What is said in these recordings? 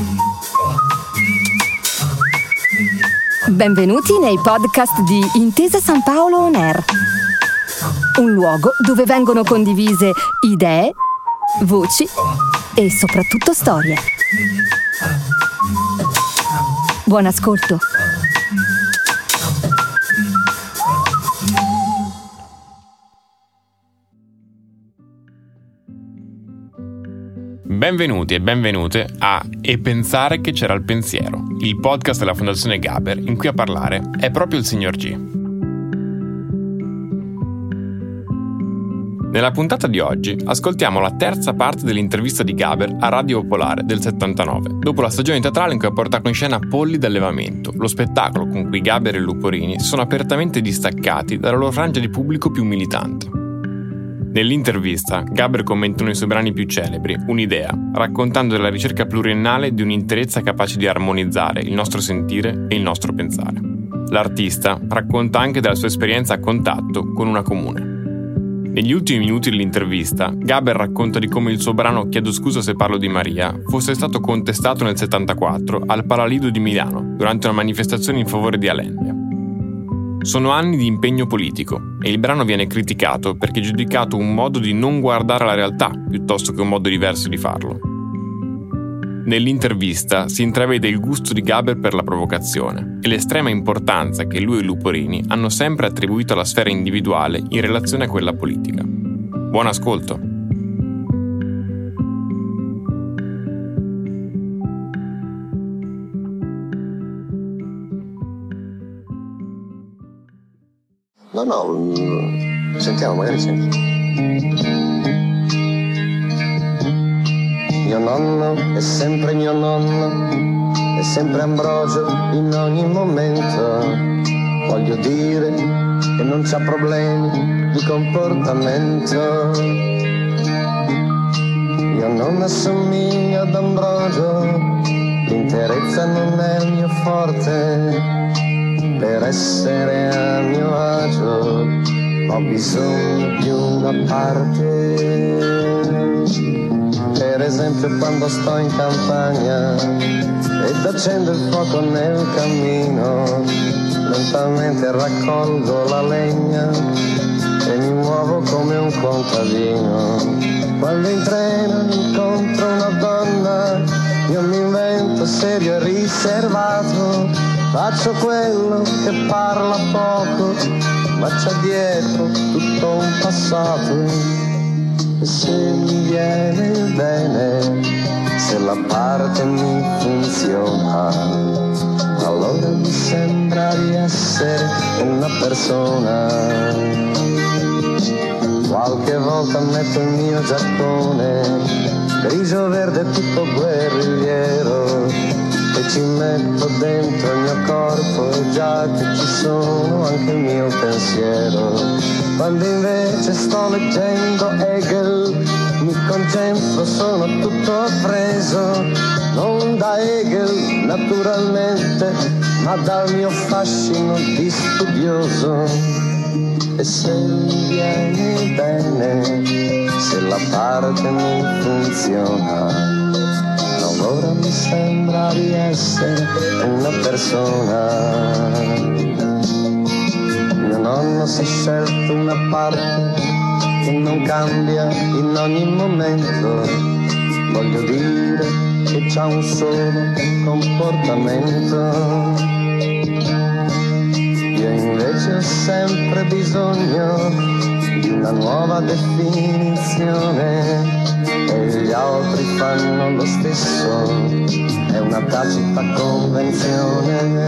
Benvenuti nei podcast di Intesa San Paolo On Air, un luogo dove vengono condivise idee, voci e soprattutto storie. Buon ascolto. Benvenuti e benvenute a E pensare che c'era il pensiero, il podcast della Fondazione Gaber in cui a parlare è proprio il signor G. Nella puntata di oggi ascoltiamo la terza parte dell'intervista di Gaber a Radio Popolare del 79, dopo la stagione teatrale in cui ha portato in scena Polli d'allevamento, lo spettacolo con cui Gaber e Luporini sono apertamente distaccati dalla loro frangia di pubblico più militante. Nell'intervista, Gaber commenta uno dei suoi brani più celebri, Un'idea, raccontando della ricerca pluriennale di un'interezza capace di armonizzare il nostro sentire e il nostro pensare. L'artista racconta anche della sua esperienza a contatto con una comune. Negli ultimi minuti dell'intervista, Gaber racconta di come il suo brano Chiedo scusa se parlo di Maria fosse stato contestato nel 74 al Palalido di Milano durante una manifestazione in favore di Allende. Sono anni di impegno politico e il brano viene criticato perché è giudicato un modo di non guardare la realtà piuttosto che un modo diverso di farlo. Nell'intervista si intravede il gusto di Gaber per la provocazione e l'estrema importanza che lui e Luporini hanno sempre attribuito alla sfera individuale in relazione a quella politica. Buon ascolto! No, sentiamo, magari senti. Mio nonno è sempre mio nonno, è sempre Ambrogio in ogni momento. Voglio dire che non c'ha problemi di comportamento. Mio nonno assomiglia ad Ambrogio, l'interezza non è il mio forte. Per essere a mio agio ho bisogno di una parte. Per esempio quando sto in campagna ed accendo il fuoco nel cammino, lentamente raccolgo la legna e mi muovo come un contadino. Quando in treno incontro una donna, io mi invento serio e riservato. Faccio quello che parla poco, ma c'ha dietro tutto un passato. E se mi viene bene, se la parte mi funziona, allora mi sembra di essere una persona. Qualche volta metto il mio giaccone, grigio verde tutto guerrigliero, e ci metto dentro il mio corpo e già che ci sono anche il mio pensiero. Quando invece sto leggendo Hegel, mi concentro, sono tutto preso, non da Hegel naturalmente, ma dal mio fascino di studioso. E se mi viene bene, se la parte mi funziona, allora mi sembra di essere una persona. Mio nonno si è scelto una parte che non cambia in ogni momento. Voglio dire che c'ha un solo comportamento. Io invece ho sempre bisogno di una nuova definizione. E gli altri fanno lo stesso, è una tacita convenzione.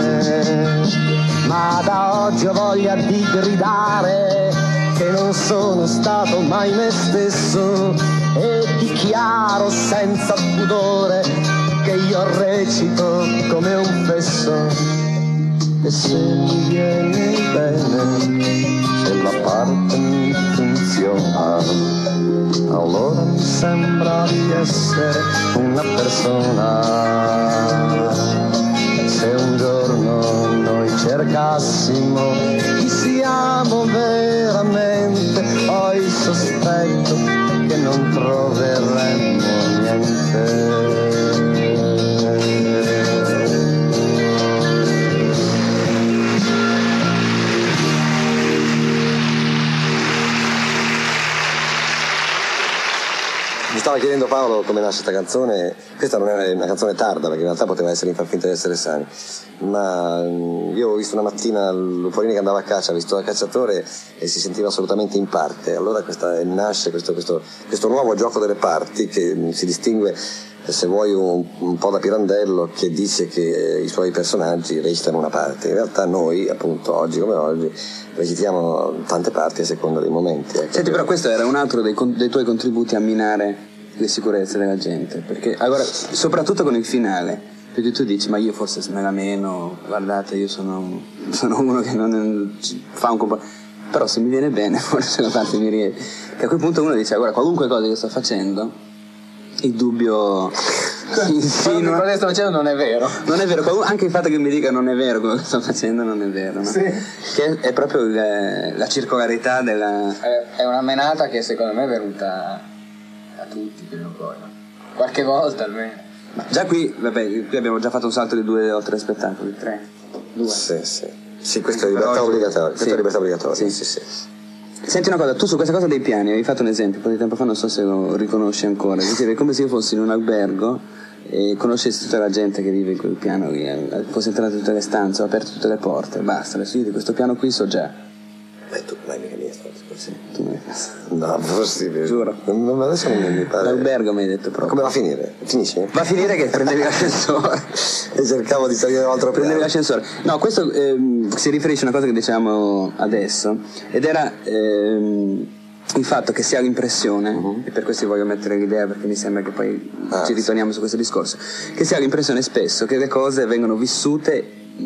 Ma da oggi ho voglia di gridare che non sono stato mai me stesso, e dichiaro senza pudore che io recito come un fesso. E se mi viene bene, se la parte mi funziona, allora mi sembra di essere una persona. Se un giorno noi cercassimo chi siamo veramente, ho il sospetto che non troveremmo niente. stava chiedendo Paolo come nasce questa canzone. Questa non è una canzone tarda, perché in realtà poteva essere in Far finta di essere sani, ma io ho visto una mattina Luporini che andava a caccia, visto da cacciatore, e si sentiva assolutamente in parte. Allora nasce questo nuovo gioco delle parti che si distingue, se vuoi, un po' da Pirandello, che dice che i suoi personaggi recitano una parte. In realtà noi, appunto, oggi come oggi, recitiamo tante parti a seconda dei momenti. Senti, però questo era un altro dei tuoi contributi a minare le sicurezze della gente, perché allora, soprattutto con il finale, perché tu dici, ma io forse me la meno, guardate, io sono uno che non fa un comportamento, però se mi viene bene forse la parte mi riesce. Che a quel punto uno dice, guarda, qualunque cosa che sto facendo, il dubbio insinua. Quello che sto facendo non è vero. Non è vero, anche il fatto che mi dica non è vero quello che sto facendo non è vero, no? Sì. Che è proprio la circolarità della... È una menata che secondo me è venuta a tutti prima o poi, no? Qualche volta almeno. Ma già qui, vabbè, qui abbiamo già fatto un salto di 2 o 3 spettacoli. 3, 2. Sì, questa è libertà obbligatoria. Questa è libertà obbligatoria, sì. Senti una cosa, tu su questa cosa dei piani avevi fatto un esempio un po' di tempo fa, non so se lo riconosci ancora. Dicevi, è come se io fossi in un albergo e conoscessi tutta la gente che vive in quel piano lì, fossi entrato in tutte le stanze, ho aperto tutte le porte, basta, adesso io di questo piano qui so già. Tu non hai mica mia storia, sì, tu mi hai fatto. No, possibile. Giuro. Ma adesso non mi pare. L'albergo mi hai detto proprio. Come va a finire? Finisce? Va a finire che prendevi l'ascensore. E cercavo di salire un altro piano. Prendevi l'ascensore. No, questo si riferisce a una cosa che dicevamo adesso, ed era il fatto che si ha l'impressione, e per questo voglio mettere l'idea perché mi sembra che poi ci ritorniamo su questo discorso, che si ha l'impressione spesso che le cose vengono vissute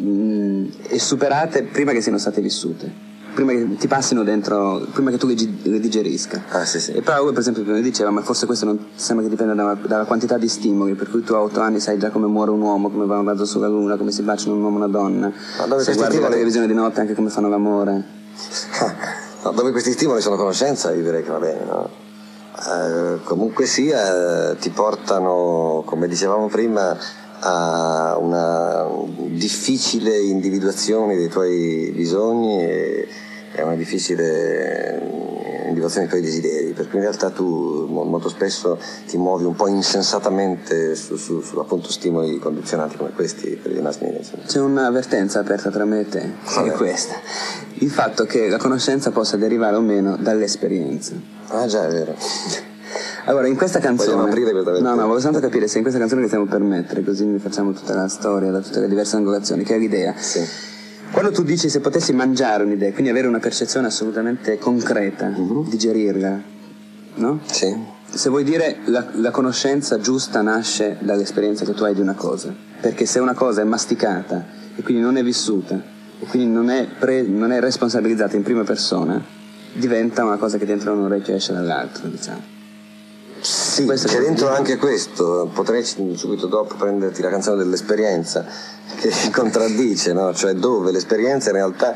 e superate prima che siano state vissute, prima che ti passino dentro, prima che tu le digerisca. Sì. E però lui per esempio mi diceva, ma forse questo non sembra che dipenda dalla quantità di stimoli, per cui tu a 8 anni sai già come muore un uomo, come va un razzo sulla luna, come si baciano un uomo e una donna, se guardi la televisione di notte anche come fanno l'amore. No, dove questi stimoli sono conoscenza, io direi che va bene, no? Comunque sia, ti portano, come dicevamo prima, a una difficile individuazione dei tuoi bisogni e a una difficile individuazione dei tuoi desideri, per cui in realtà tu molto spesso ti muovi un po' insensatamente su appunto stimoli condizionati come questi per i mass media. C'è un'avvertenza aperta tra me e te, che è questa: il fatto che la conoscenza possa derivare o meno dall'esperienza. Ah già, è vero. Allora, in questa canzone... Vogliamo aprire questa No, volevo soltanto capire se in questa canzone che stiamo per mettere, così ne facciamo tutta la storia, da tutte le diverse angolazioni, che è l'idea. Sì. Quando tu dici se potessi mangiare un'idea, quindi avere una percezione assolutamente concreta, digerirla, no? Sì. Se vuoi dire la conoscenza giusta nasce dall'esperienza che tu hai di una cosa, perché se una cosa è masticata e quindi non è vissuta e quindi non è responsabilizzata in prima persona, diventa una cosa che dentro un orecchio esce dall'altro, diciamo. Sì, c'è dentro anche questo. Potrei subito dopo prenderti la canzone dell'esperienza, che contraddice, no? Cioè dove l'esperienza in realtà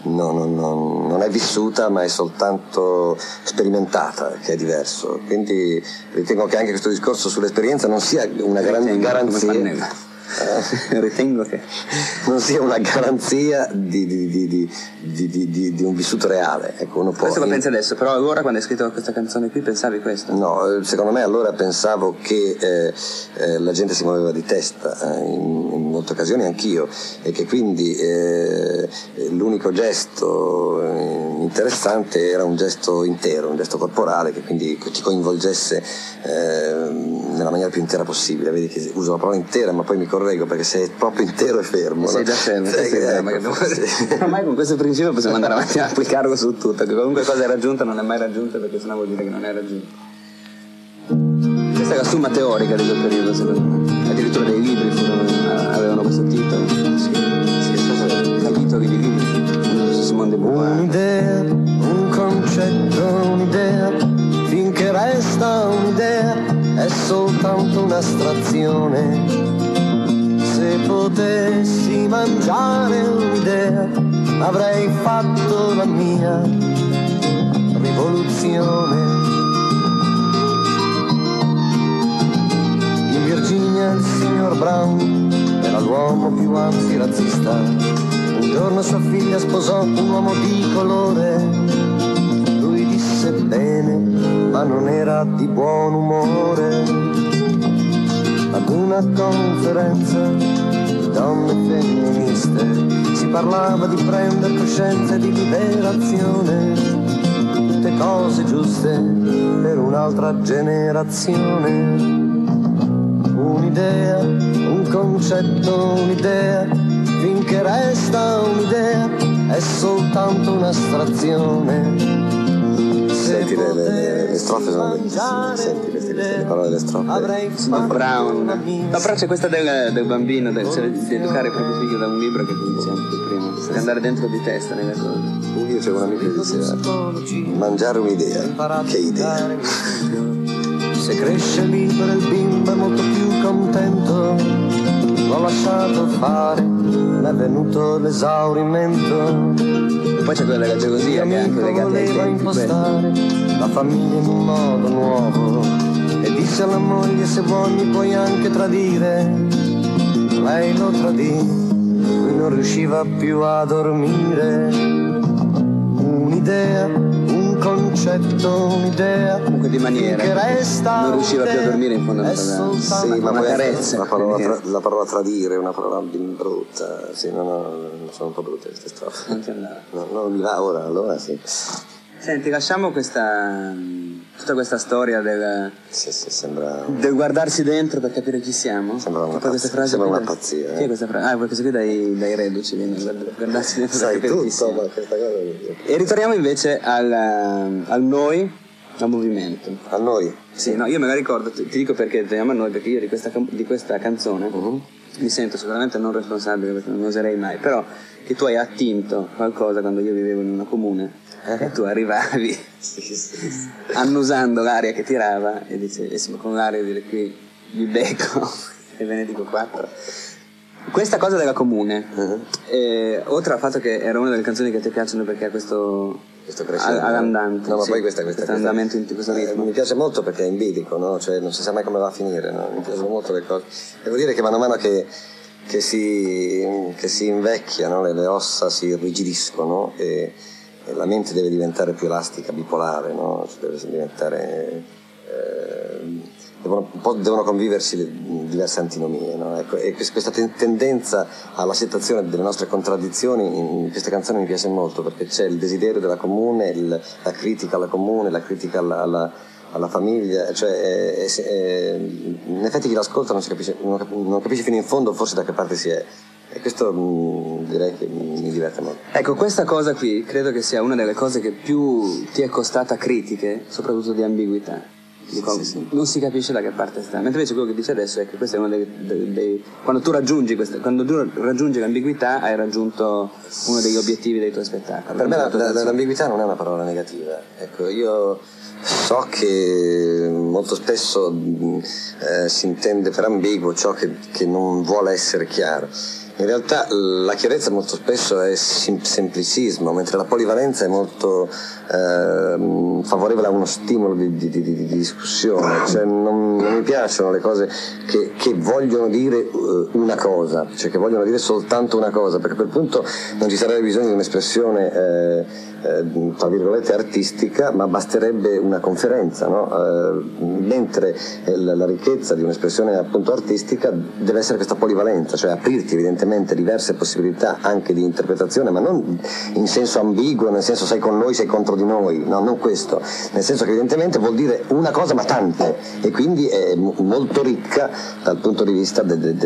non è vissuta ma è soltanto sperimentata, che è diverso. Quindi ritengo che anche questo discorso sull'esperienza non sia una garanzia. Ritengo che non sia una garanzia di un vissuto reale. Ecco, uno questo lo pensi adesso, però allora quando hai scritto questa canzone qui pensavi questo? No, secondo me allora pensavo che la gente si muoveva di testa, in molte occasioni anch'io, e che quindi l'unico gesto interessante era un gesto intero, un gesto corporale che quindi ti coinvolgesse nella maniera più intera possibile. Vedi che uso la parola intera, ma poi mi correggo perché se è proprio intero è fermo. Sei già fermo, ormai con questo principio possiamo andare avanti a applicarlo su tutto, che qualunque cosa è raggiunta non è mai raggiunta, perché sennò vuol dire che non è raggiunta. Questa è la summa teorica di quel periodo, secondo me. Addirittura dei libri avevano questo titolo. I titoli di libri su Simone de Beauvoir. Un'idea, un concetto, un'idea, finché resta un'idea è soltanto un'astrazione. Se potessi mangiare un'idea avrei fatto la mia rivoluzione. In Virginia il signor Brown era l'uomo più antirazzista. Un giorno sua figlia sposò un uomo di colore. Lui disse bene, ma non era di buon umore. Ad una conferenza di donne femministe si parlava di prendere coscienza e di liberazione, tutte cose giuste per un'altra generazione. Un'idea, un concetto, un'idea, finché resta un'idea è soltanto un'astrazione. Senti le strofe sono bellissime, senti le parole delle strofe. Signor Brown. No, però c'è questa del bambino, cioè di educare i propri figli da un libro che tu diciamo prima, di andare dentro di testa nelle cose. Io c'è un amico che diceva mangiare un'idea, che idea? Se cresce libero il bimbo è molto più contento, l'ho lasciato fare, mi è venuto l'esaurimento. Poi c'è quella della gelosia che è anche legata ai tempi. Impostare la famiglia in un modo nuovo e disse alla moglie: se vuoi mi puoi anche tradire. Lei lo tradì, lui non riusciva più a dormire. Un'idea, un concetto, un'idea, comunque di maniera che resta, non riusciva più a dormire in fondo alla casa. Sì, ma una poi carezza. La parola tradire è una parola brutta. Sì, no, sono un po' brutte queste strofe. Non ti andava. No, non mi va ora, allora sì. Senti, lasciamo tutta questa storia Sì, sembra del guardarsi dentro per capire chi siamo. Sembra una Poi queste pazzia, frasi sembra qui una pazzia. Chi è questa frase? Ah, questa qui dai reduci viene, guardarsi dentro sai per capire chi tutto, siamo. ma questa cosa E ritorniamo invece al noi, al movimento. a noi. Sì, no, io me la ricordo, ti dico perché teniamo a noi, perché io di questa canzone mi sento sicuramente non responsabile, perché non oserei mai, però che tu hai attinto qualcosa quando io vivevo in una comune e tu arrivavi annusando l'aria che tirava e dicevi, con l'aria di dire qui vi becco e ve ne dico 4. Questa cosa della comune, oltre al fatto che era una delle canzoni che ti piacciono perché ha questo all'andante, no, ma sì, poi questo andamento in questo ritmo. Mi piace molto perché è in bilico, no? Cioè non si sa mai come va a finire, no? Mi piacciono molto le cose. Devo dire che mano a mano che si invecchia, no? Le ossa si irrigidiscono e la mente deve diventare più elastica, bipolare, no? Cioè deve diventare devono conviversi le diverse antinomie, no? Ecco, e questa tendenza all'accettazione delle nostre contraddizioni in queste canzoni mi piace molto, perché c'è il desiderio della comune, la critica alla comune, la critica alla famiglia, cioè in effetti chi l'ascolta non capisce fino in fondo forse da che parte si è. E questo direi che mi diverte molto. Ecco, questa cosa qui credo che sia una delle cose che più ti è costata critiche, soprattutto di ambiguità. Sì. Non si capisce da che parte sta. Mentre invece quello che dice adesso è che questo è uno dei quando tu raggiungi l'ambiguità hai raggiunto uno degli obiettivi dei tuoi spettacoli. Per me l'ambiguità non è una parola negativa. Ecco, io so che molto spesso si intende per ambiguo ciò che non vuole essere chiaro. In realtà la chiarezza molto spesso è semplicismo, mentre la polivalenza è molto favorevole a uno stimolo di discussione. Cioè non mi piacciono le cose che vogliono dire una cosa, cioè che vogliono dire soltanto una cosa, perché a quel punto non ci sarebbe bisogno di un'espressione tra virgolette artistica, ma basterebbe una conferenza, no? Mentre la ricchezza di un'espressione appunto artistica deve essere questa polivalenza, cioè aprirti evidentemente diverse possibilità anche di interpretazione, ma non in senso ambiguo, nel senso sei con noi, sei contro di noi, no, non questo, nel senso che evidentemente vuol dire una cosa ma tante, e quindi è molto ricca dal punto di vista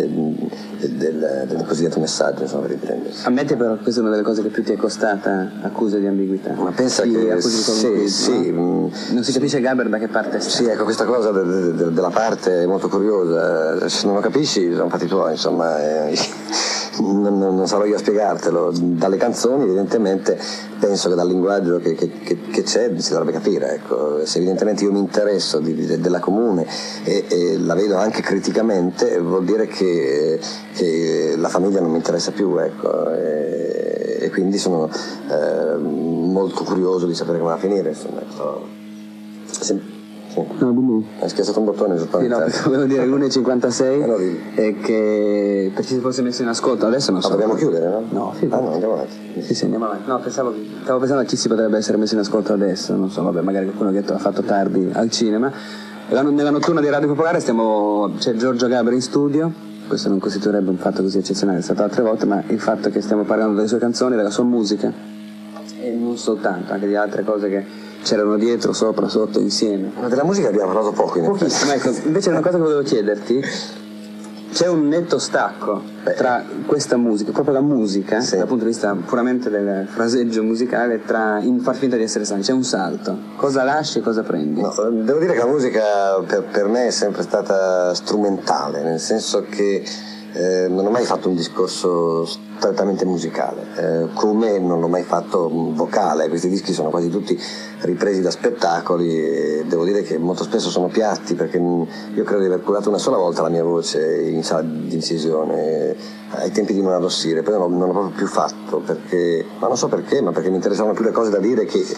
del cosiddetto messaggio, insomma, per intendersi. Ammetti però che questa è una delle cose che più ti è costata, accuse di ambiguità. Ma pensa che sì, non si capisce Gaber da che parte sta. Sì, ecco, questa cosa della parte è molto curiosa. Se non lo capisci sono fatti tuoi, insomma, non sarò io a spiegartelo. Dalle canzoni evidentemente penso che dal linguaggio che c'è si dovrebbe capire, ecco. Se evidentemente io mi interesso della comune e la vedo anche criticamente, vuol dire che la famiglia non mi interessa più, ecco, e quindi sono molto curioso di sapere come va a finire, insomma, ecco. Sì. No, dimmi. Hai schiacciato un bottone sul Sì, no, volevo dire l'1.56 no, e che per chi si fosse messo in ascolto adesso non so. dobbiamo chiudere, no? No, sì. Ah no, andiamo avanti. Sì, andiamo avanti. No, stavo pensando a chi si potrebbe essere messo in ascolto adesso, non so, vabbè, magari qualcuno che ha fatto tardi al cinema. Nella notturna di Radio Popolare c'è Giorgio Gaber in studio. Questo non costituirebbe un fatto così eccezionale, è stato altre volte, ma il fatto che stiamo parlando delle sue canzoni, della sua musica, e non soltanto, anche di altre cose che c'erano dietro, sopra, sotto, insieme. Ma della musica abbiamo parlato poco in effetti. Pochissimo, ecco, invece una cosa che volevo chiederti, c'è un netto stacco tra questa musica, proprio la musica, Sì. dal punto di vista puramente del fraseggio musicale, in far finta di essere sani, c'è un salto. Cosa lasci e cosa prendi? No, devo dire che la musica per me è sempre stata strumentale, nel senso che non ho mai fatto un discorso strettamente musicale, come non l'ho mai fatto vocale. Questi dischi sono quasi tutti ripresi da spettacoli e devo dire che molto spesso sono piatti, perché io credo di aver curato una sola volta la mia voce in sala di incisione ai tempi di Non arrossire, poi non l'ho proprio più fatto, perché, ma non so perché, ma perché mi interessavano più le cose da dire che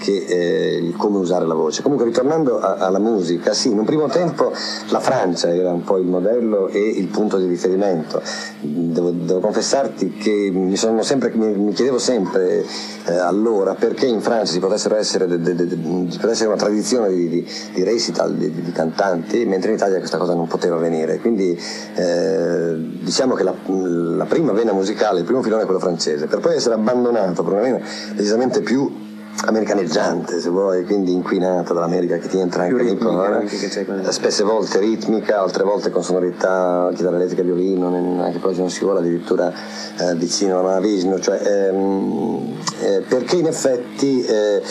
come usare la voce. Comunque, ritornando alla musica, sì, in un primo tempo la Francia era un po' il modello e il punto di riferimento. Devo confessarti che mi chiedevo sempre allora perché in Francia ci potesse essere una tradizione di recital, di cantanti, mentre in Italia questa cosa non poteva avvenire. Quindi diciamo che la prima vena musicale, il primo filone è quello francese, per poi essere abbandonato per una vena decisamente più americaneggiante, se vuoi, quindi inquinata dall'America, che ti entra anche nei cuore, spesse volte ritmica, altre volte con sonorità, chitarra elettrica e violino, anche poi non si vuole addirittura vicino a Mahavishnu, cioè perché in effetti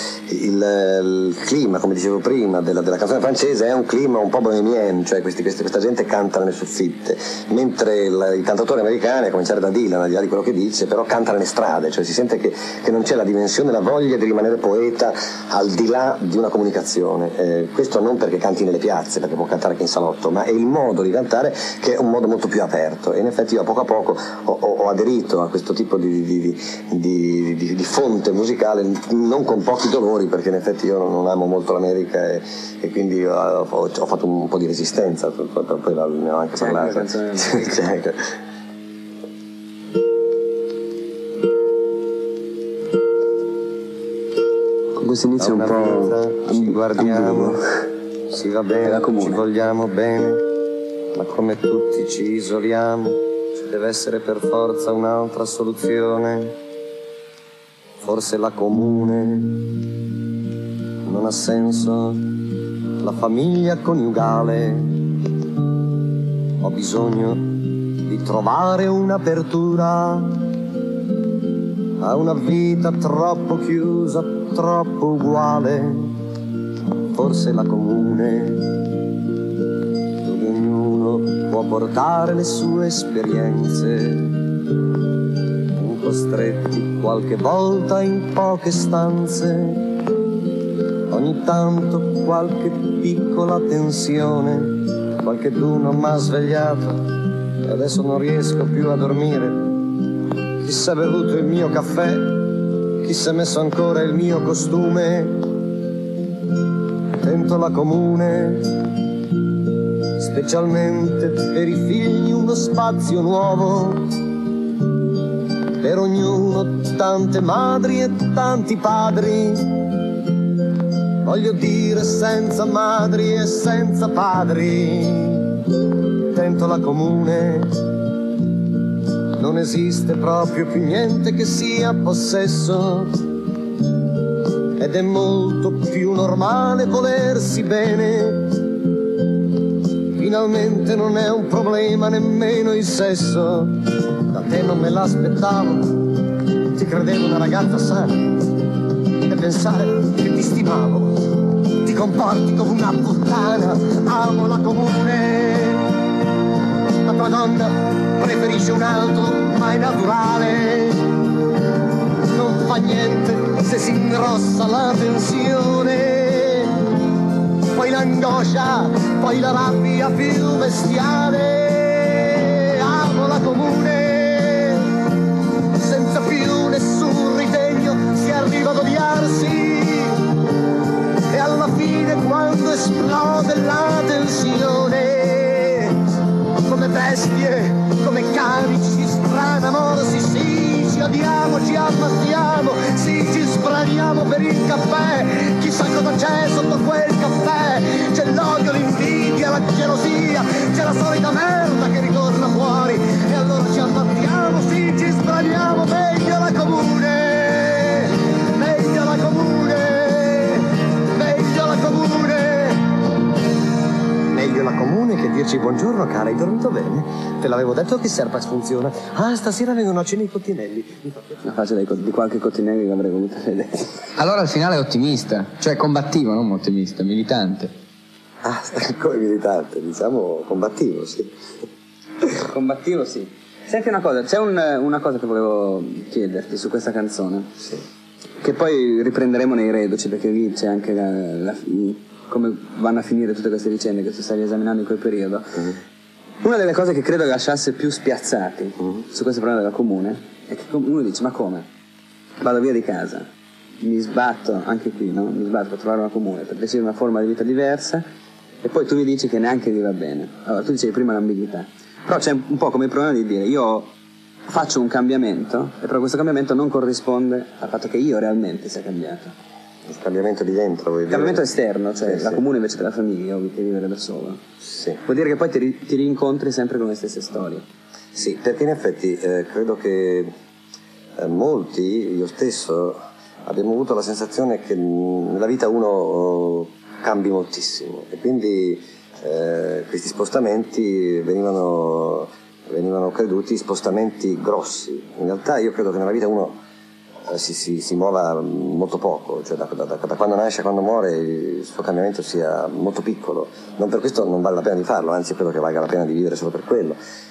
il clima, come dicevo prima, della canzone francese è un clima un po' bohemien, cioè questa gente canta nelle soffitte, mentre i cantatori americani, a cominciare da Dylan, al di là di quello che dice, però canta nelle strade, cioè si sente che non c'è la dimensione, la voglia di rimanere poeta al di là di una comunicazione. Questo non perché canti nelle piazze, perché può cantare anche in salotto, ma è il modo di cantare, che è un modo molto più aperto, e in effetti io a poco ho aderito a questo tipo di fonte musicale, non con pochi dolori, perché in effetti io non amo molto l'America e quindi ho fatto un po' di resistenza, poi ne ho anche parlato. Questo inizio è un po' ci guardiamo, si va bene, comune. ci vogliamo bene, ma come tutti ci isoliamo, ci deve essere per forza un'altra soluzione, forse la comune. Non ha senso la famiglia coniugale, ho bisogno di trovare un'apertura a una vita troppo chiusa, troppo uguale, forse la comune, dove ognuno può portare le sue esperienze, costretti qualche volta in poche stanze, ogni tanto qualche piccola tensione, qualcheduno m'ha svegliato e adesso non riesco più a dormire. Chi s'è bevuto il mio caffè, chi s'è messo ancora il mio costume, tento la comune, specialmente per i figli uno spazio nuovo, per ognuno tante madri e tanti padri, voglio dire senza madri e senza padri, tento la comune. Non esiste proprio più niente che sia possesso ed è molto più normale volersi bene. Finalmente non è un problema nemmeno il sesso. Da te non me l'aspettavo, ti credevo una ragazza sana e pensare che ti stimavo, ti comporti come una puttana. Amo la comune, la tua donna preferisce un altro, ma è naturale, non fa niente se si ingrossa la tensione, poi l'angoscia, poi la rabbia più bestiale. Amo la comune, senza più nessun ritegno si arriva ad odiarsi e alla fine quando esplode comunie, come cani ci spranano, sì, ci odiamo, ci ammazziamo, sì, ci spraniamo per il caffè, chissà cosa c'è sotto quel caffè, c'è l'odio, l'invidia, la gelosia, c'è la solita merda che ritorna fuori, e allora ci ammazziamo, sì, ci spraniamo, meglio la comune, meglio la comune, meglio la comune. Meglio la comune che dirci buongiorno cara, hai dormito bene? Te l'avevo detto che Serpax funziona. Ah, stasera vengono a cena i Cottinelli. La faccia di qualche Cottinelli che avrei voluto vedere. Allora al finale è ottimista, cioè combattivo, non ottimista, militante. Ah, come militante, diciamo combattivo, sì. Combattivo, sì. Senti una cosa, c'è una cosa che volevo chiederti su questa canzone. Sì. Che poi riprenderemo nei reduci, perché lì c'è anche come vanno a finire tutte queste vicende che tu stai esaminando in quel periodo. Una delle cose che credo lasciasse più spiazzati su questo problema della comune è che uno dice: ma come? Vado via di casa, mi sbatto anche qui, no? Mi sbatto per trovare una comune, per decidere una forma di vita diversa, e poi tu mi dici che neanche lì va bene. Allora tu dicevi prima l'ambiguità, però c'è un po' come il problema di dire: io faccio un cambiamento, e però questo cambiamento non corrisponde al fatto che io realmente sia cambiato. Il cambiamento di dentro, vuoi dire? Il cambiamento esterno, cioè sì, la sì. comune invece della famiglia, che vivere da solo. Sì. Vuol dire che poi ti rincontri sempre con le stesse storie. Sì, perché in effetti credo che molti, io stesso, abbiamo avuto la sensazione che nella vita uno cambi moltissimo, e quindi questi spostamenti venivano creduti spostamenti grossi. In realtà io credo che nella vita uno si muova molto poco, cioè da quando nasce a quando muore il suo cambiamento sia molto piccolo. Non per questo non vale la pena di farlo, anzi credo che valga la pena di vivere solo per quello.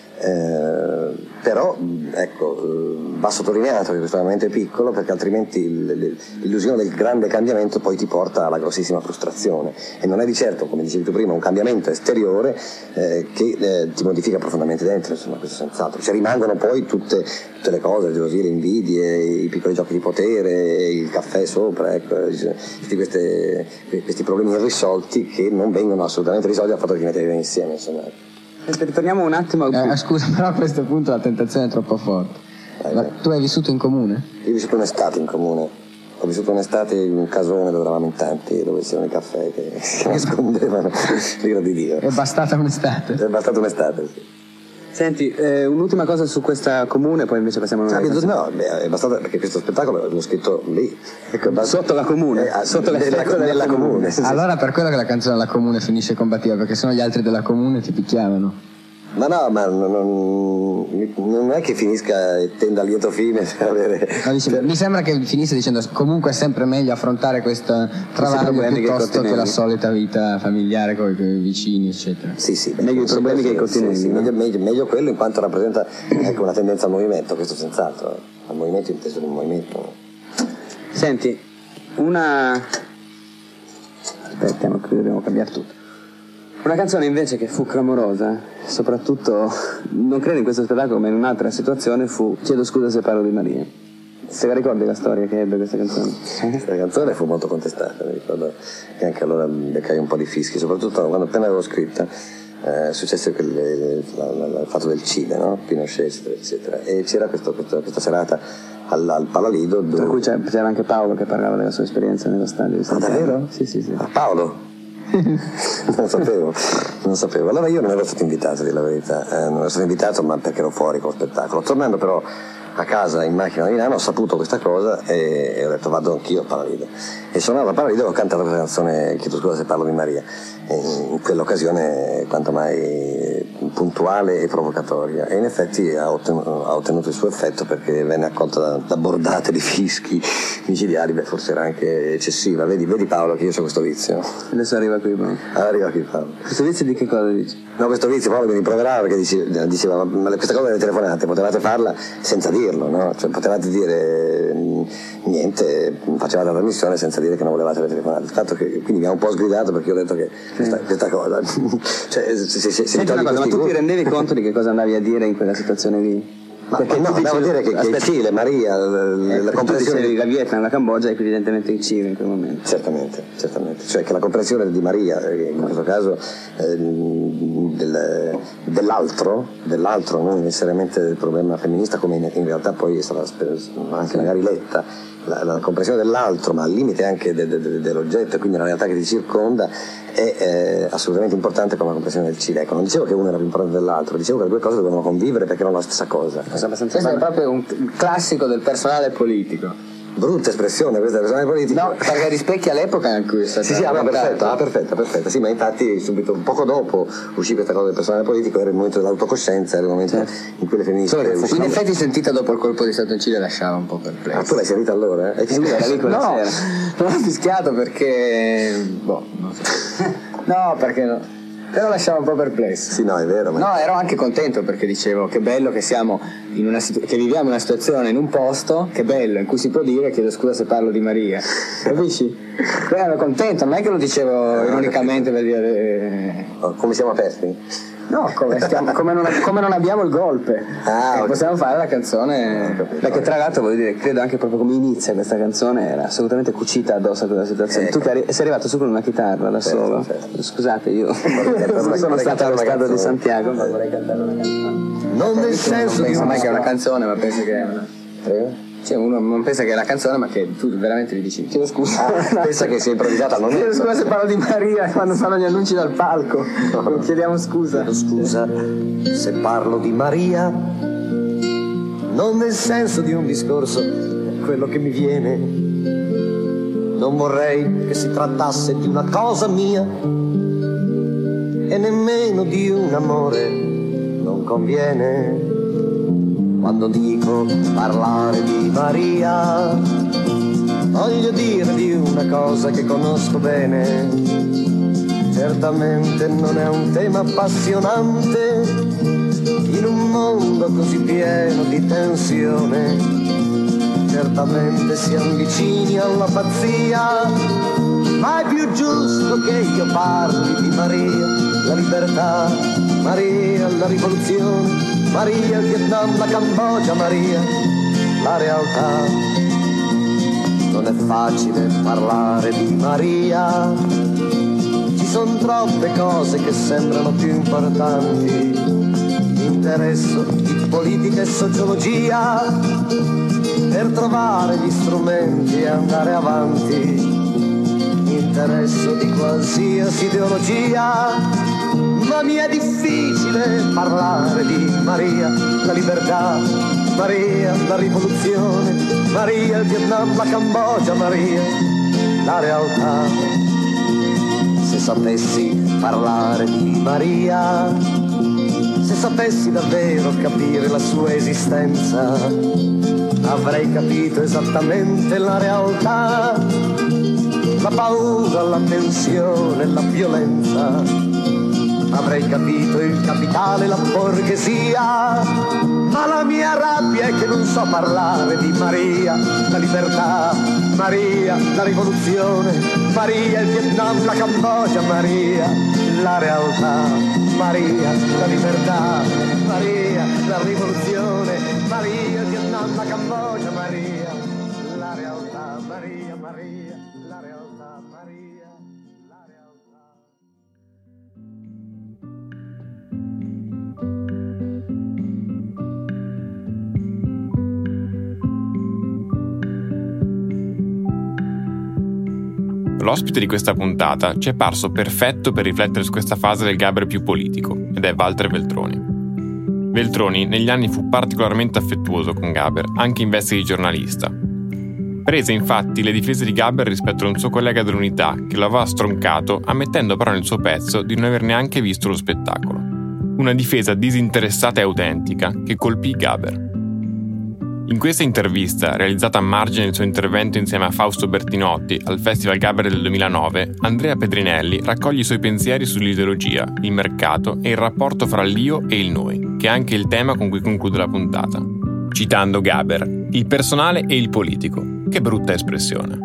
Però ecco, va sottolineato che questo cambiamento è piccolo, perché altrimenti l'illusione del grande cambiamento poi ti porta alla grossissima frustrazione, e non è di certo, come dicevi tu prima, un cambiamento esteriore che ti modifica profondamente dentro, insomma, questo senz'altro. Cioè rimangono poi tutte le cose, le gelosie, le invidie, i piccoli giochi di potere, il caffè sopra, ecco, questi problemi irrisolti che non vengono assolutamente risolti dal fatto che ti metti insieme, insomma. Ritorniamo un attimo. Scusa, però a questo punto la tentazione è troppo forte. Ma tu hai vissuto in comune? Io ho vissuto un'estate in comune. Ho vissuto un'estate in un casone dove eravamo in tanti, dove c'erano i caffè che si nascondevano, l'ira di Dio. È bastata un'estate? È bastata un'estate, sì. Senti, un'ultima cosa su questa comune, poi invece passiamo a una No, è bastata, perché questo spettacolo l'ho scritto lì. Ecco, sotto la comune, sotto nella comune. Sì, allora per quello che la canzone della comune finisce combattiva, perché sennò gli altri della comune ti picchiavano. Ma no, ma non è che finisca e tenda a lieto fine per avere... No, mi sembra che finisse dicendo comunque è sempre meglio affrontare questo travaglio piuttosto che la solita vita familiare con i vicini, eccetera. Sì, meglio i problemi che i Cottinelli. Sì, meglio quello, in quanto rappresenta una tendenza al movimento, questo senz'altro, al movimento inteso del movimento. Senti, aspettiamo che dobbiamo cambiare tutto. Una canzone invece che fu clamorosa, soprattutto, non credo in questo spettacolo ma in un'altra situazione, fu Chiedo scusa se parlo di Maria. Se la ricordi la storia che ebbe questa canzone? Questa canzone fu molto contestata, mi ricordo che anche allora beccai un po' di fischi, soprattutto quando appena l'avevo scritta successe il fatto del Cile, no? Pinochet, eccetera, e c'era questa serata al Palalido dove... Tra cui c'era anche Paolo che parlava della sua esperienza nello stadio di Santiago. Davvero? Sì. Ah, Paolo? non sapevo. Allora io non ero stato invitato, a dire la verità, non ero stato invitato, ma perché ero fuori con lo spettacolo. Tornando però a casa in macchina a Milano ho saputo questa cosa e ho detto vado anch'io a Palalido, e sono andato a Palalido e ho cantato questa canzone Chiedo scusa se parlo di Maria, e in quell'occasione quanto mai puntuale e provocatoria, e in effetti ha ottenuto il suo effetto, perché venne accolta da bordate di fischi micidiali. Forse era anche eccessiva. Vedi Paolo che io ho questo vizio. Adesso arriva qui Paolo. Arriva qui Paolo. Questo vizio di che cosa dici? No, questo vizio Paolo mi rimproverava, perché diceva ma questa cosa delle telefonate potevate farla senza dirlo, no? Cioè potevate dire niente, facevate la trasmissione senza dire che non volevate le telefonate. Il fatto che quindi mi ha un po' sgridato, perché ho detto che questa cosa cioè, Senti una cosa, ma tu ti rendevi conto di che cosa andavi a dire in quella situazione lì? Ma devo dire che il Cile, Maria, la comprensione di la Vietnam, la Cambogia, è evidentemente il Cile in quel momento. Certamente, cioè che la comprensione di Maria, in questo caso dell'altro, non necessariamente del problema femminista, come in realtà poi sarà anche magari letta, la comprensione dell'altro, ma al limite anche dell'oggetto, quindi la realtà che ti circonda, è assolutamente importante come la comprensione del Cile. Ecco, non dicevo che uno era più importante dell'altro, dicevo che le due cose dovevano convivere perché erano la stessa cosa. Questo è proprio un classico del personale politico. Brutta espressione questa del personale politico. No, perché rispecchia l'epoca in cui è stata perfetta. Sì, ma infatti subito, poco dopo uscì questa cosa del personale politico, era il momento dell'autocoscienza, era il momento in cui le femministe in effetti sentita dopo il colpo di Stato in Cile lasciava un po' perplesso. Ah, tu l'hai sentita allora? No, non ho fischiato perché non so. No, perché no. Però lasciava un po' perplesso. Sì, no, è vero. Ma... No, ero anche contento perché dicevo che bello che siamo che viviamo una situazione in un posto, che bello, in cui si può dire, chiedo scusa se parlo di Maria. Capisci? Poi ero contento, non è che lo dicevo ironicamente per dire... Come siamo aperti? No, come non abbiamo il golpe. Okay. Possiamo fare la canzone. Perché tra l'altro voglio dire, credo anche proprio come inizia questa canzone era assolutamente cucita addosso a quella situazione. Tu sei arrivato su con una chitarra da solo. Certo. Scusate, io sono stato allo stadio di Santiago, ma vorrei cantare una canzone. Non nel senso di mai che è una canzone, ma penso che è una. Prego? Cioè uno non pensa che è la canzone, ma che tu veramente gli dici chiedo scusa. Pensa che sia improvvisata, non è. Chiedo scusa se parlo di Maria quando fanno gli annunci dal palco. Chiediamo scusa. Chiedo scusa se parlo di Maria, non nel senso di un discorso, è quello che mi viene. Non vorrei che si trattasse di una cosa mia e nemmeno di un amore, non conviene. Quando dico parlare di Maria, voglio dire di una cosa che conosco bene. Certamente non è un tema appassionante in un mondo così pieno di tensione. Certamente siamo vicini alla pazzia, ma è più giusto che io parli di Maria, la libertà, Maria, la rivoluzione, Maria, il Vietnam, la Cambogia, Maria, la realtà. Non è facile parlare di Maria, ci sono troppe cose che sembrano più importanti. Interesso di politica e sociologia per trovare gli strumenti e andare avanti. Interesso di qualsiasi ideologia, ma mi è difficile parlare di Maria, la libertà, Maria, la rivoluzione, Maria, il Vietnam, la Cambogia, Maria, la realtà. Se sapessi parlare di Maria, se sapessi davvero capire la sua esistenza, avrei capito esattamente la realtà, la paura, la tensione, la violenza. Avrei capito il capitale, la borghesia, ma la mia rabbia è che non so parlare di Maria, la libertà, Maria, la rivoluzione, Maria, il Vietnam, la Cambogia, Maria, la realtà, Maria, la libertà, Maria, la rivoluzione, Maria, il Vietnam, la Cambogia, Maria, la realtà, Maria, Maria, la realtà, Maria. L'ospite di questa puntata ci è parso perfetto per riflettere su questa fase del Gaber più politico, ed è Walter Veltroni. Veltroni negli anni fu particolarmente affettuoso con Gaber, anche in veste di giornalista. Prese infatti le difese di Gaber rispetto a un suo collega dell'Unità che lo aveva stroncato, ammettendo però nel suo pezzo di non aver neanche visto lo spettacolo. Una difesa disinteressata e autentica che colpì Gaber. In questa intervista, realizzata a margine del suo intervento insieme a Fausto Bertinotti al Festival Gaber del 2009, Andrea Pedrinelli raccoglie i suoi pensieri sull'ideologia, il mercato e il rapporto fra l'io e il noi, che è anche il tema con cui conclude la puntata. Citando Gaber, il personale e il politico. Che brutta espressione.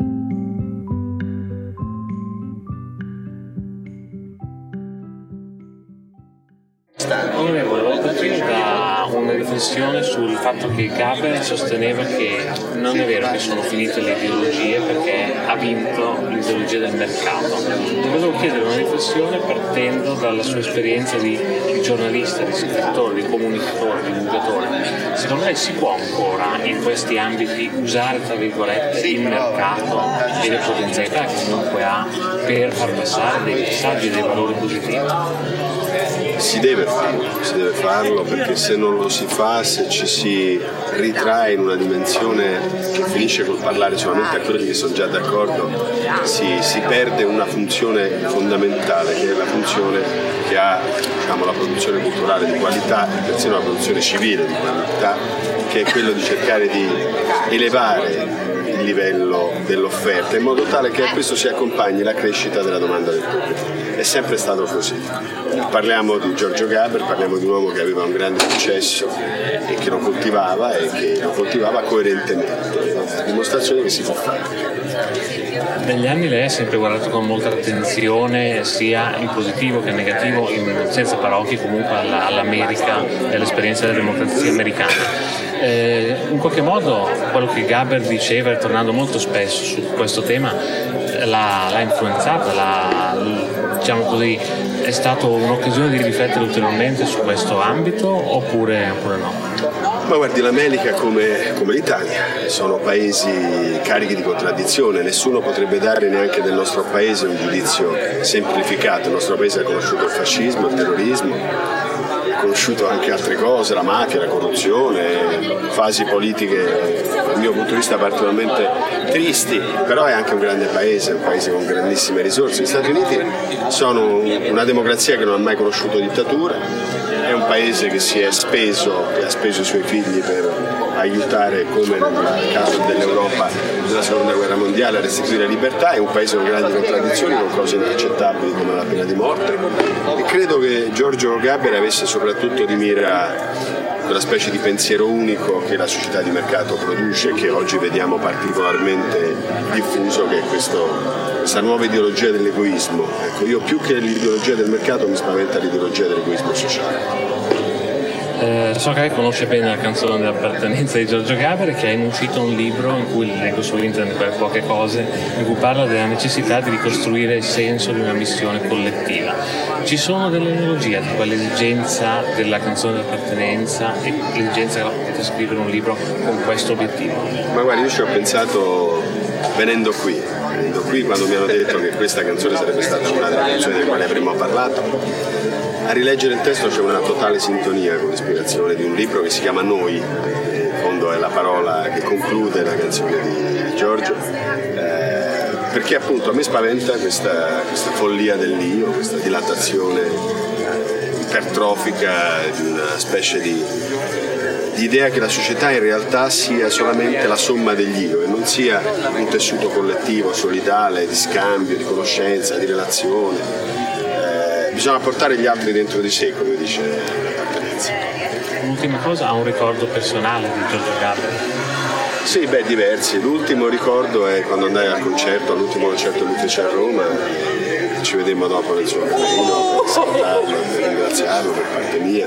Onorevole, ho da riflessione sul fatto che Gaber sosteneva che non è vero che sono finite le ideologie perché ha vinto l'ideologia del mercato. Ti volevo chiedere una riflessione partendo dalla sua esperienza di giornalista, di scrittore, di comunicatore, di divulgatore. Secondo lei si può ancora in questi ambiti usare, tra virgolette, il mercato e le potenzialità che comunque ha per far passare dei messaggi, dei valori positivi? Si deve farlo perché se non lo si fa, se ci si ritrae in una dimensione che finisce col parlare solamente a quelli che sono già d'accordo, si perde una funzione fondamentale, che è la funzione che ha, diciamo, la produzione culturale di qualità e persino la produzione civile di qualità, che è quello di cercare di elevare il livello dell'offerta in modo tale che a questo si accompagni la crescita della domanda del pubblico. È sempre stato così. Parliamo di Giorgio Gaber, parliamo di un uomo che aveva un grande successo e che lo coltivava e che lo coltivava coerentemente. È dimostrazione che si può fare. Negli anni lei ha sempre guardato con molta attenzione sia in positivo che in negativo, senza parocchi comunque all'America e all'esperienza della democrazia americana. In qualche modo quello che Gaber diceva, tornando molto spesso su questo tema, l'ha influenzata, diciamo così, è stato un'occasione di riflettere ulteriormente su questo ambito oppure no? Ma guardi, l'America come l'Italia sono paesi carichi di contraddizione, nessuno potrebbe dare neanche del nostro paese un giudizio semplificato. Il nostro paese ha conosciuto il fascismo, il terrorismo, ha conosciuto anche altre cose, la mafia, la corruzione, fasi politiche dal mio punto di vista particolarmente tristi, però è anche un grande paese, un paese con grandissime risorse. Gli Stati Uniti sono una democrazia che non ha mai conosciuto dittatura, è un paese che si è speso, che ha speso i suoi figli per aiutare, come nel caso dell'Europa della seconda guerra mondiale, a restituire libertà, è un paese con grandi contraddizioni, con cose inaccettabili come la pena di morte, e credo che Giorgio Gaber avesse soprattutto di mira quella specie di pensiero unico che la società di mercato produce, che oggi vediamo particolarmente diffuso, che è questa nuova ideologia dell'egoismo. Ecco, io più che l'ideologia del mercato mi spaventa l'ideologia dell'egoismo sociale. So che lei conosce bene la canzone dell'appartenenza di Giorgio Gaber, che ha uscito un libro in cui leggo su internet per poche cose, in cui parla della necessità di ricostruire il senso di una missione collettiva. Ci sono delle analogie tra quell'esigenza della canzone dell'appartenenza e l'esigenza che la potete scrivere un libro con questo obiettivo? Ma guarda, io ci ho pensato venendo qui quando mi hanno detto che questa canzone sarebbe stata una delle canzoni delle quali avremmo parlato. A rileggere il testo c'è una totale sintonia con l'ispirazione di un libro che si chiama Noi, in fondo è la parola che conclude la canzone di Giorgio, perché appunto a me spaventa questa follia dell'io, questa dilatazione ipertrofica di una specie di idea che la società in realtà sia solamente la somma degli io e non sia un tessuto collettivo, solidale, di scambio, di conoscenza, di relazione. Bisogna portare gli altri dentro di sé, come dice l'appartenenza. Un'ultima cosa, ha un ricordo personale di Giorgio Gaber? Sì, diversi. L'ultimo ricordo è quando andai all'ultimo concerto che lui fece a Roma, ci vedemmo dopo nel suo camerino per salutarlo, per ringraziarlo per parte mia.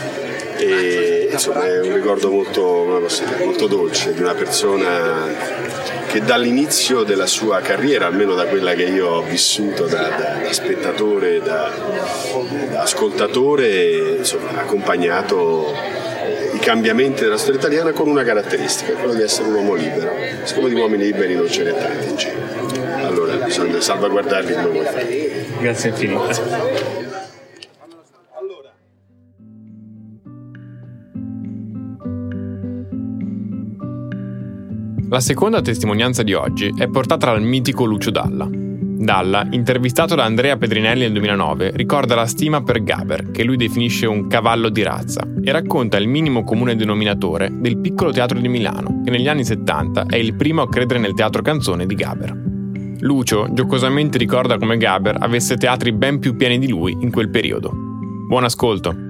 E insomma è un ricordo molto dolce di una persona che dall'inizio della sua carriera, almeno da quella che io ho vissuto da spettatore, da ascoltatore, insomma, ha accompagnato i cambiamenti della storia italiana con una caratteristica, quello di essere un uomo libero. Siccome di uomini liberi non ce n'è tanti in giro, allora bisogna salvaguardarli come vuoi fare. Grazie infinite. La seconda testimonianza di oggi è portata dal mitico Lucio Dalla. Dalla, intervistato da Andrea Pedrinelli nel 2009, ricorda la stima per Gaber, che lui definisce un cavallo di razza, e racconta il minimo comune denominatore del piccolo teatro di Milano, che negli anni 70 è il primo a credere nel teatro canzone di Gaber. Lucio giocosamente ricorda come Gaber avesse teatri ben più pieni di lui in quel periodo. Buon ascolto!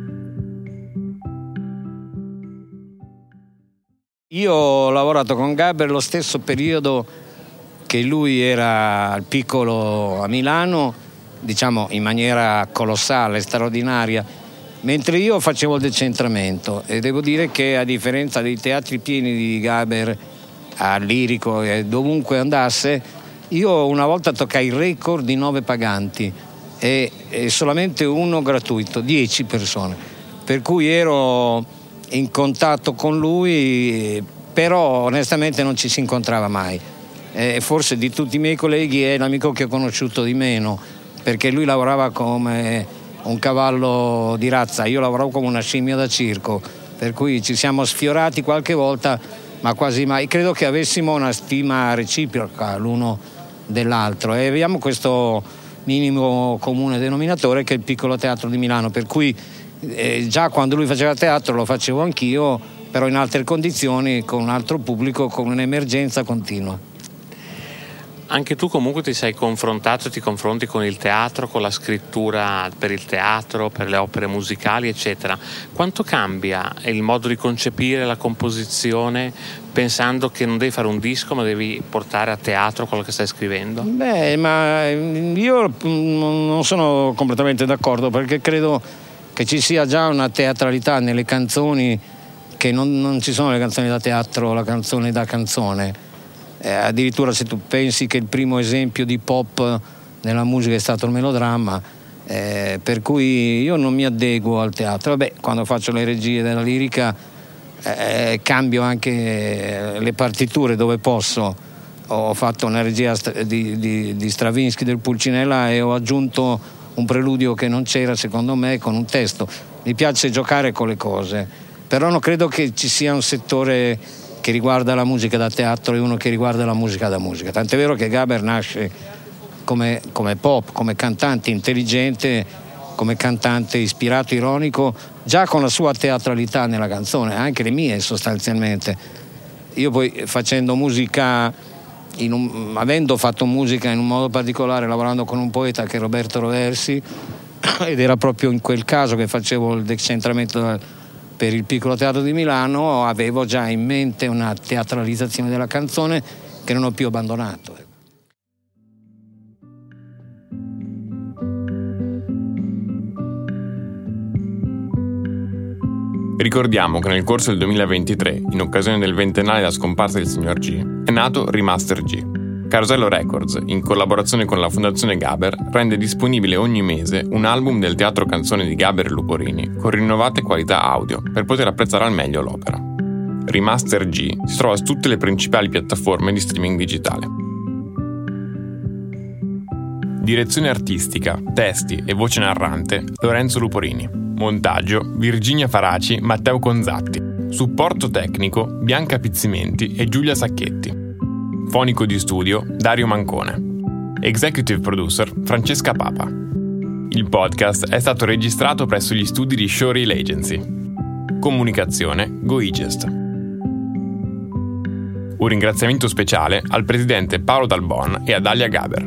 Io ho lavorato con Gaber lo stesso periodo che lui era al Piccolo a Milano, diciamo in maniera colossale, straordinaria, mentre io facevo il decentramento, e devo dire che a differenza dei teatri pieni di Gaber al Lirico e dovunque andasse, io una volta toccai il record di 9 paganti e solamente uno gratuito, 10 persone, per cui ero in contatto con lui, però onestamente non ci si incontrava mai. Forse di tutti i miei colleghi è l'amico che ho conosciuto di meno, perché lui lavorava come un cavallo di razza, io lavoravo come una scimmia da circo, per cui ci siamo sfiorati qualche volta, ma quasi mai. Credo che avessimo una stima reciproca l'uno dell'altro e abbiamo questo minimo comune denominatore che è il Piccolo Teatro di Milano, per cui già quando lui faceva teatro lo facevo anch'io, però in altre condizioni, con un altro pubblico, con un'emergenza continua. Anche tu comunque ti sei confrontato, ti confronti con il teatro, con la scrittura per il teatro, per le opere musicali, eccetera. Quanto cambia il modo di concepire la composizione pensando che non devi fare un disco ma devi portare a teatro quello che stai scrivendo? Beh, ma io non sono completamente d'accordo, perché credo che ci sia già una teatralità nelle canzoni, che non ci sono le canzoni da teatro, la canzone da canzone. Addirittura se tu pensi che il primo esempio di pop nella musica è stato il melodramma, per cui io non mi adeguo al teatro. Vabbè, quando faccio le regie della lirica cambio anche le partiture dove posso. Ho fatto una regia di Stravinsky del Pulcinella e ho aggiunto un preludio che non c'era secondo me con un testo. Mi piace giocare con le cose, però non credo che ci sia un settore che riguarda la musica da teatro e uno che riguarda la musica da musica. Tant'è vero che Gaber nasce come pop, come cantante intelligente, come cantante ispirato, ironico, già con la sua teatralità nella canzone, anche le mie sostanzialmente. Io poi facendo musica, avendo fatto musica in un modo particolare, lavorando con un poeta che è Roberto Roversi, ed era proprio in quel caso che facevo il decentramento per il Piccolo Teatro di Milano, avevo già in mente una teatralizzazione della canzone che non ho più abbandonato. Ricordiamo che nel corso del 2023, in occasione del ventennale della scomparsa del signor G, è nato Remaster G. Carosello Records, in collaborazione con la Fondazione Gaber, rende disponibile ogni mese un album del teatro canzone di Gaber e Luporini con rinnovate qualità audio per poter apprezzare al meglio l'opera. Remaster G si trova su tutte le principali piattaforme di streaming digitale. Direzione artistica, testi e voce narrante Lorenzo Luporini. Montaggio Virginia Faraci, Matteo Conzatti. Supporto tecnico Bianca Pizzimenti e Giulia Sacchetti. Fonico di studio Dario Mancone. Executive producer Francesca Papa. Il podcast è stato registrato presso gli studi di Showreel Agency. Comunicazione GoEgest. Un ringraziamento speciale al presidente Paolo Dalbon e a Dalia Gaber.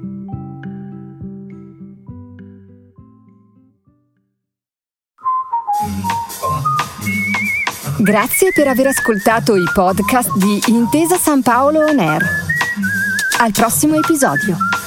Grazie per aver ascoltato i podcast di Intesa San Paolo On Air. Al prossimo episodio.